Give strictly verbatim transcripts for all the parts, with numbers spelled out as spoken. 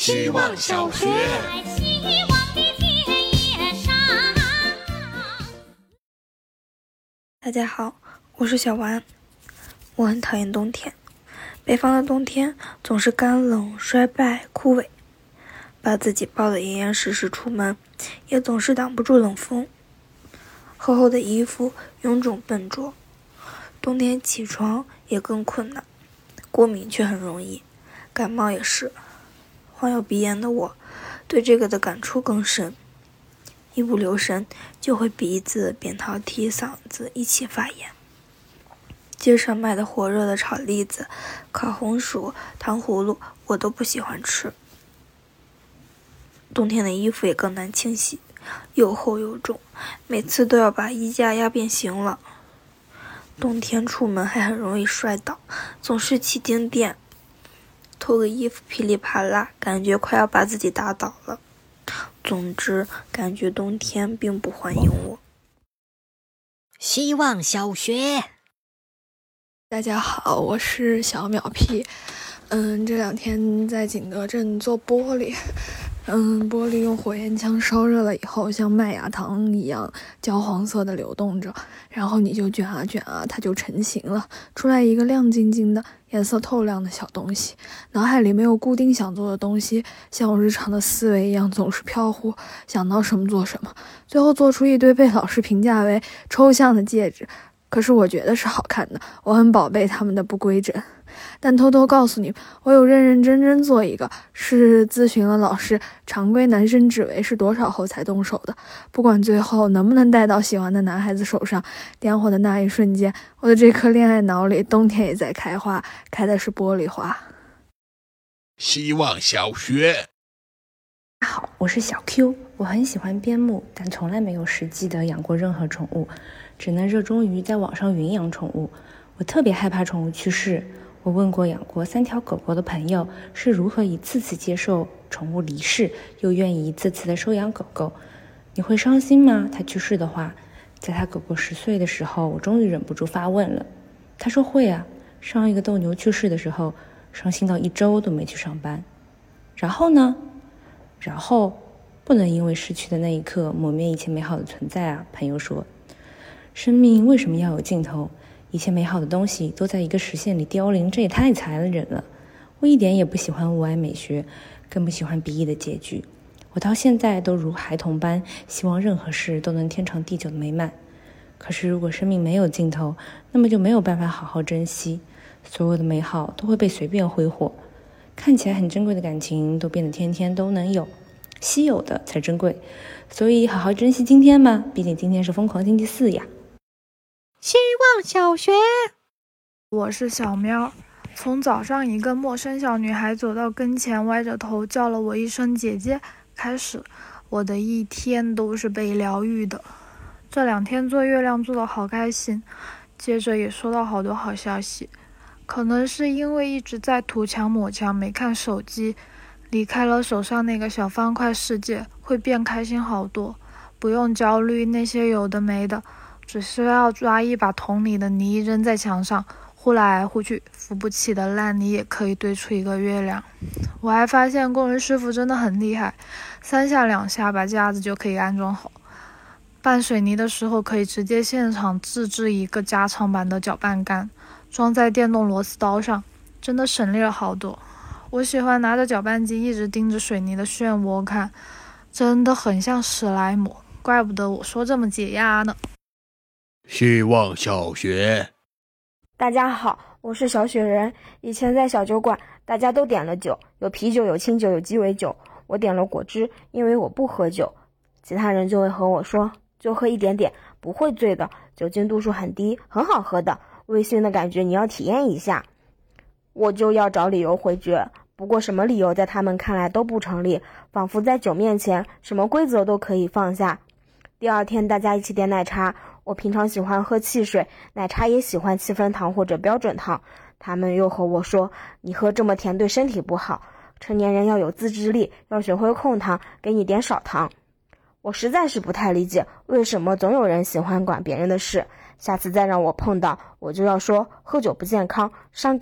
希望小学。 大家好，我是小丸。我很讨厌冬天，北方的冬天总是干冷、衰败、枯萎，把自己抱得严严实实出门，也总是挡不住冷风。厚厚的衣服臃肿笨拙，冬天起床也更困难，过敏却很容易，感冒也是。患有鼻炎的我，对这个的感触更深。一不留神就会鼻子、扁桃体、嗓子一起发炎。街上卖的火热的炒栗子、烤红薯、糖葫芦，我都不喜欢吃。冬天的衣服也更难清洗，又厚又重，每次都要把衣架压变形了。冬天出门还很容易摔倒，总是起静电，脱个衣服噼里啪啦，感觉快要把自己打倒了。总之，感觉冬天并不欢迎我。 希望小学。 大家好，我是小淼屁。嗯，这两天在景德镇做玻璃，嗯，玻璃用火焰枪烧热了以后，像麦芽糖一样焦黄色的流动着，然后你就卷啊卷啊，它就成型了，出来一个亮晶晶的、颜色透亮的小东西。脑海里没有固定想做的东西，像我日常的思维一样总是飘忽，想到什么做什么，最后做出一堆被老师评价为抽象的戒指。可是我觉得是好看的，我很宝贝它们的不规整。但偷偷告诉你，我有认认真真做一个，是咨询了老师常规男生指围是多少后才动手的。不管最后能不能戴到喜欢的男孩子手上，点火的那一瞬间，我的这颗恋爱脑里冬天也在开花，开的是玻璃花。 希望小学。 大家好，我是小 Q， 我很喜欢边牧，但从来没有实际的养过任何宠物，只能热衷于在网上云养宠物。我特别害怕宠物去世，我问过养过三条狗狗的朋友是如何一次次接受宠物离世，又愿意一次次的收养狗狗。你会伤心吗？它去世的话。在他狗狗十岁的时候，我终于忍不住发问了。他说会啊，上一个斗牛去世的时候，伤心到一周都没去上班。然后呢？然后不能因为失去的那一刻抹灭一切美好的存在啊，朋友说。生命为什么要有尽头？一切美好的东西都在一个时限里凋零，这也太残忍了。我一点也不喜欢物哀美学，更不喜欢鄙夷的结局。我到现在都如孩童般希望任何事都能天长地久的美满。可是如果生命没有尽头，那么就没有办法好好珍惜，所有的美好都会被随便挥霍。看起来很珍贵的感情都变得天天都能有，稀有的才珍贵。所以好好珍惜今天吧，毕竟今天是疯狂星期四呀。 希望小学。 我是小喵。从早上一个陌生小女孩走到跟前，歪着头叫了我一声姐姐开始，我的一天都是被疗愈的。这两天做月亮做得好开心，接着也收到好多好消息。可能是因为一直在涂墙抹墙没看手机，离开了手上那个小方块世界，会变开心好多，不用焦虑那些有的没的，只需要抓一把桶里的泥扔在墙上，呼来呼去，扶不起的烂泥也可以堆出一个月亮。我还发现工人师傅真的很厉害，三下两下把架子就可以安装好。拌水泥的时候可以直接现场自制一个加长版的搅拌杆，装在电动螺丝刀上，真的省力了好多。我喜欢拿着搅拌机一直盯着水泥的漩涡看，真的很像史莱姆，怪不得我说这么解压呢。 希望小学。 大家好，我是小雪人。以前在小酒馆，大家都点了酒，有啤酒，有清酒，有鸡尾酒。我点了果汁，因为我不喝酒。其他人就会和我说，就喝一点点，不会醉的，酒精度数很低，很好喝的，微醺的感觉你要体验一下。我就要找理由回绝，不过什么理由在他们看来都不成立，仿佛在酒面前什么规则都可以放下。第二天大家一起点奶茶，我平常喜欢喝汽水，奶茶也喜欢七分糖或者标准糖。他们又和我说，你喝这么甜对身体不好，成年人要有自制力，要学会控糖，给你点少糖。我实在是不太理解，为什么总有人喜欢管别人的事。下次再让我碰到，我就要说喝酒不健康，伤肝，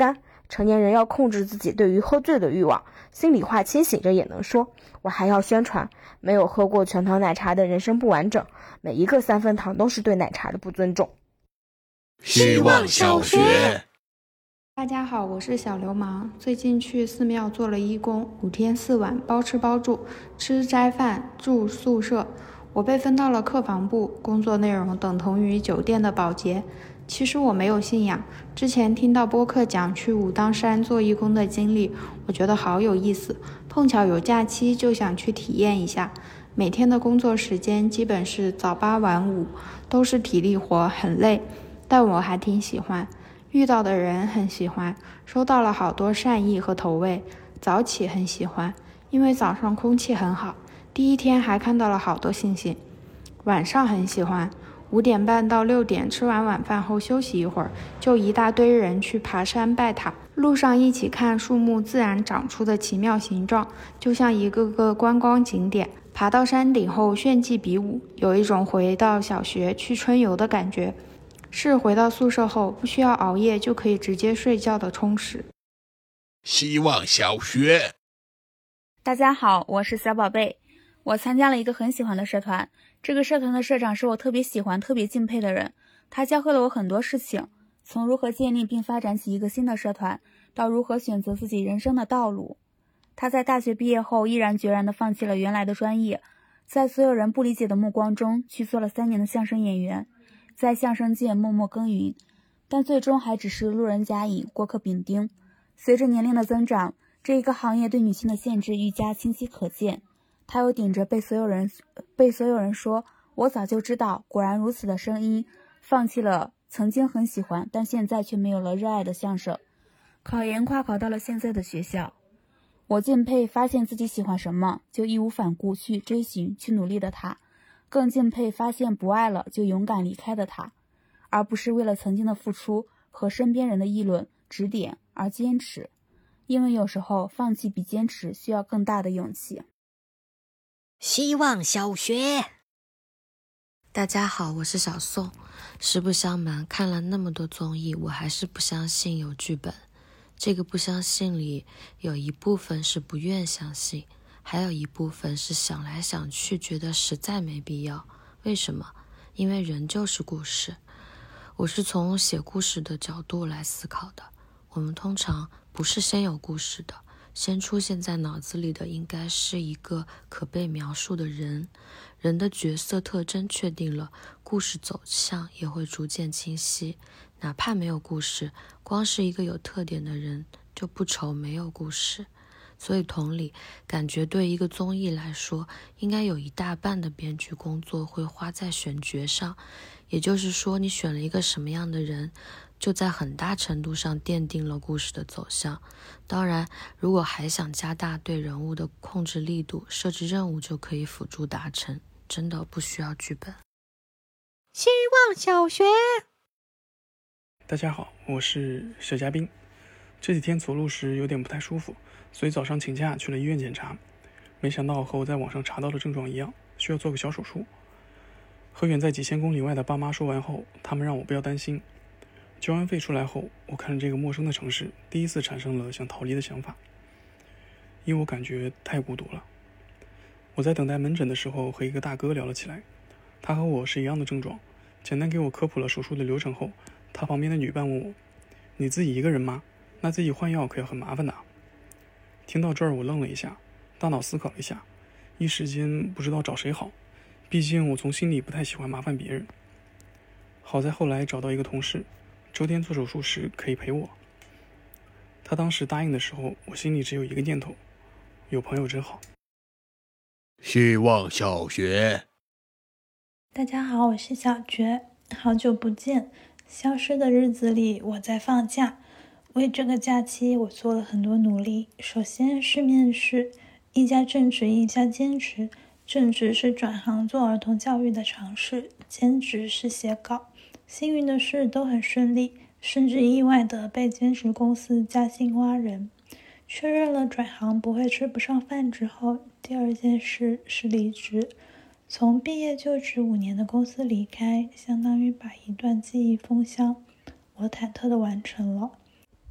成年人要控制自己对于喝醉的欲望，心里话清醒着也能说。我还要宣传，没有喝过全糖奶茶的人生不完整，每一个三分糖都是对奶茶的不尊重。 希望小学。 大家好，我是小流氓。最近去寺庙做了义工，五天四晚，包吃包住，吃斋饭，住宿舍。我被分到了客房部，工作内容等同于酒店的保洁。其实我没有信仰，之前听到播客讲去武当山做义工的经历，我觉得好有意思，碰巧有假期就想去体验一下。每天的工作时间基本是早八晚五，都是体力活，很累，但我还挺喜欢。遇到的人很喜欢，收到了好多善意和投喂。早起很喜欢，因为早上空气很好，第一天还看到了好多星星。晚上很喜欢，五点半到六点吃完晚饭后休息一会儿，就一大堆人去爬山拜塔，路上一起看树木自然长出的奇妙形状，就像一个个观光景点。爬到山顶后炫技比武，有一种回到小学去春游的感觉，是回到宿舍后不需要熬夜就可以直接睡觉的充实。 希望小学。 大家好，我是小宝贝。我参加了一个很喜欢的社团，这个社团的社长是我特别喜欢特别敬佩的人，他教会了我很多事情，从如何建立并发展起一个新的社团，到如何选择自己人生的道路。他在大学毕业后毅然决然地放弃了原来的专业，在所有人不理解的目光中去做了三年的相声演员，在相声界默默耕耘，但最终还只是路人甲乙，过客丙丁。随着年龄的增长，这一个行业对女性的限制愈加清晰可见。他又顶着被所有人被所有人说我早就知道，果然如此的声音，放弃了曾经很喜欢但现在却没有了热爱的相声，考研跨考到了现在的学校。我敬佩发现自己喜欢什么就义无反顾去追寻去努力的他，更敬佩发现不爱了就勇敢离开的他，而不是为了曾经的付出和身边人的议论指点而坚持，因为有时候放弃比坚持需要更大的勇气。 希望小学。 大家好，我是小宋。实不相瞒，看了那么多综艺，我还是不相信有剧本。这个不相信里有一部分是不愿相信，还有一部分是想来想去觉得实在没必要。为什么？因为人就是故事。我是从写故事的角度来思考的。我们通常不是先有故事的，先出现在脑子里的应该是一个可被描述的人，人的角色特征确定了，故事走向也会逐渐清晰。哪怕没有故事，光是一个有特点的人就不愁没有故事。所以同理，感觉对一个综艺来说，应该有一大半的编剧工作会花在选角上，也就是说，你选了一个什么样的人，就在很大程度上奠定了故事的走向。当然，如果还想加大对人物的控制力度，设置任务就可以辅助达成，真的不需要剧本。 希望小学。 大家好，我是小嘉宾。这几天走路时有点不太舒服，所以早上请假去了医院检查。没想到和我在网上查到的症状一样，需要做个小手术。和远在几千公里外的爸妈说完后，他们让我不要担心。交完费出来后，我看着这个陌生的城市，第一次产生了想逃离的想法，因为我感觉太孤独了。我在等待门诊的时候和一个大哥聊了起来，他和我是一样的症状，简单给我科普了手术的流程后，他旁边的女伴问我：你自己一个人吗？那自己换药可要很麻烦的。听到这儿我愣了一下，大脑思考了一下，一时间不知道找谁好，毕竟我从心里不太喜欢麻烦别人。好在后来找到一个同事，周天做手术时可以陪我。他当时答应的时候，我心里只有一个念头，有朋友真好。 希望小学。 大家好，我是小觉，好久不见。消失的日子里，我在放假。为这个假期，我做了很多努力。首先是面试，一家正职，一家兼职。正职是转行做儿童教育的尝试，兼职是写稿。幸运的是都很顺利，甚至意外的被兼职公司加薪挖人。确认了转行不会吃不上饭之后，第二件事是离职。从毕业就职五年的公司离开，相当于把一段记忆封箱，我忐忑地完成了。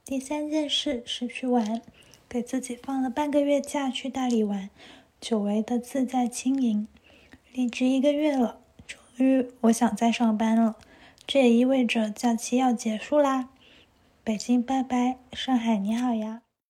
第三件事是去玩，给自己放了半个月假去大理玩，久违的自在轻盈。离职一个月了，终于我想再上班了，这也意味着假期要结束啦。北京拜拜，上海你好呀。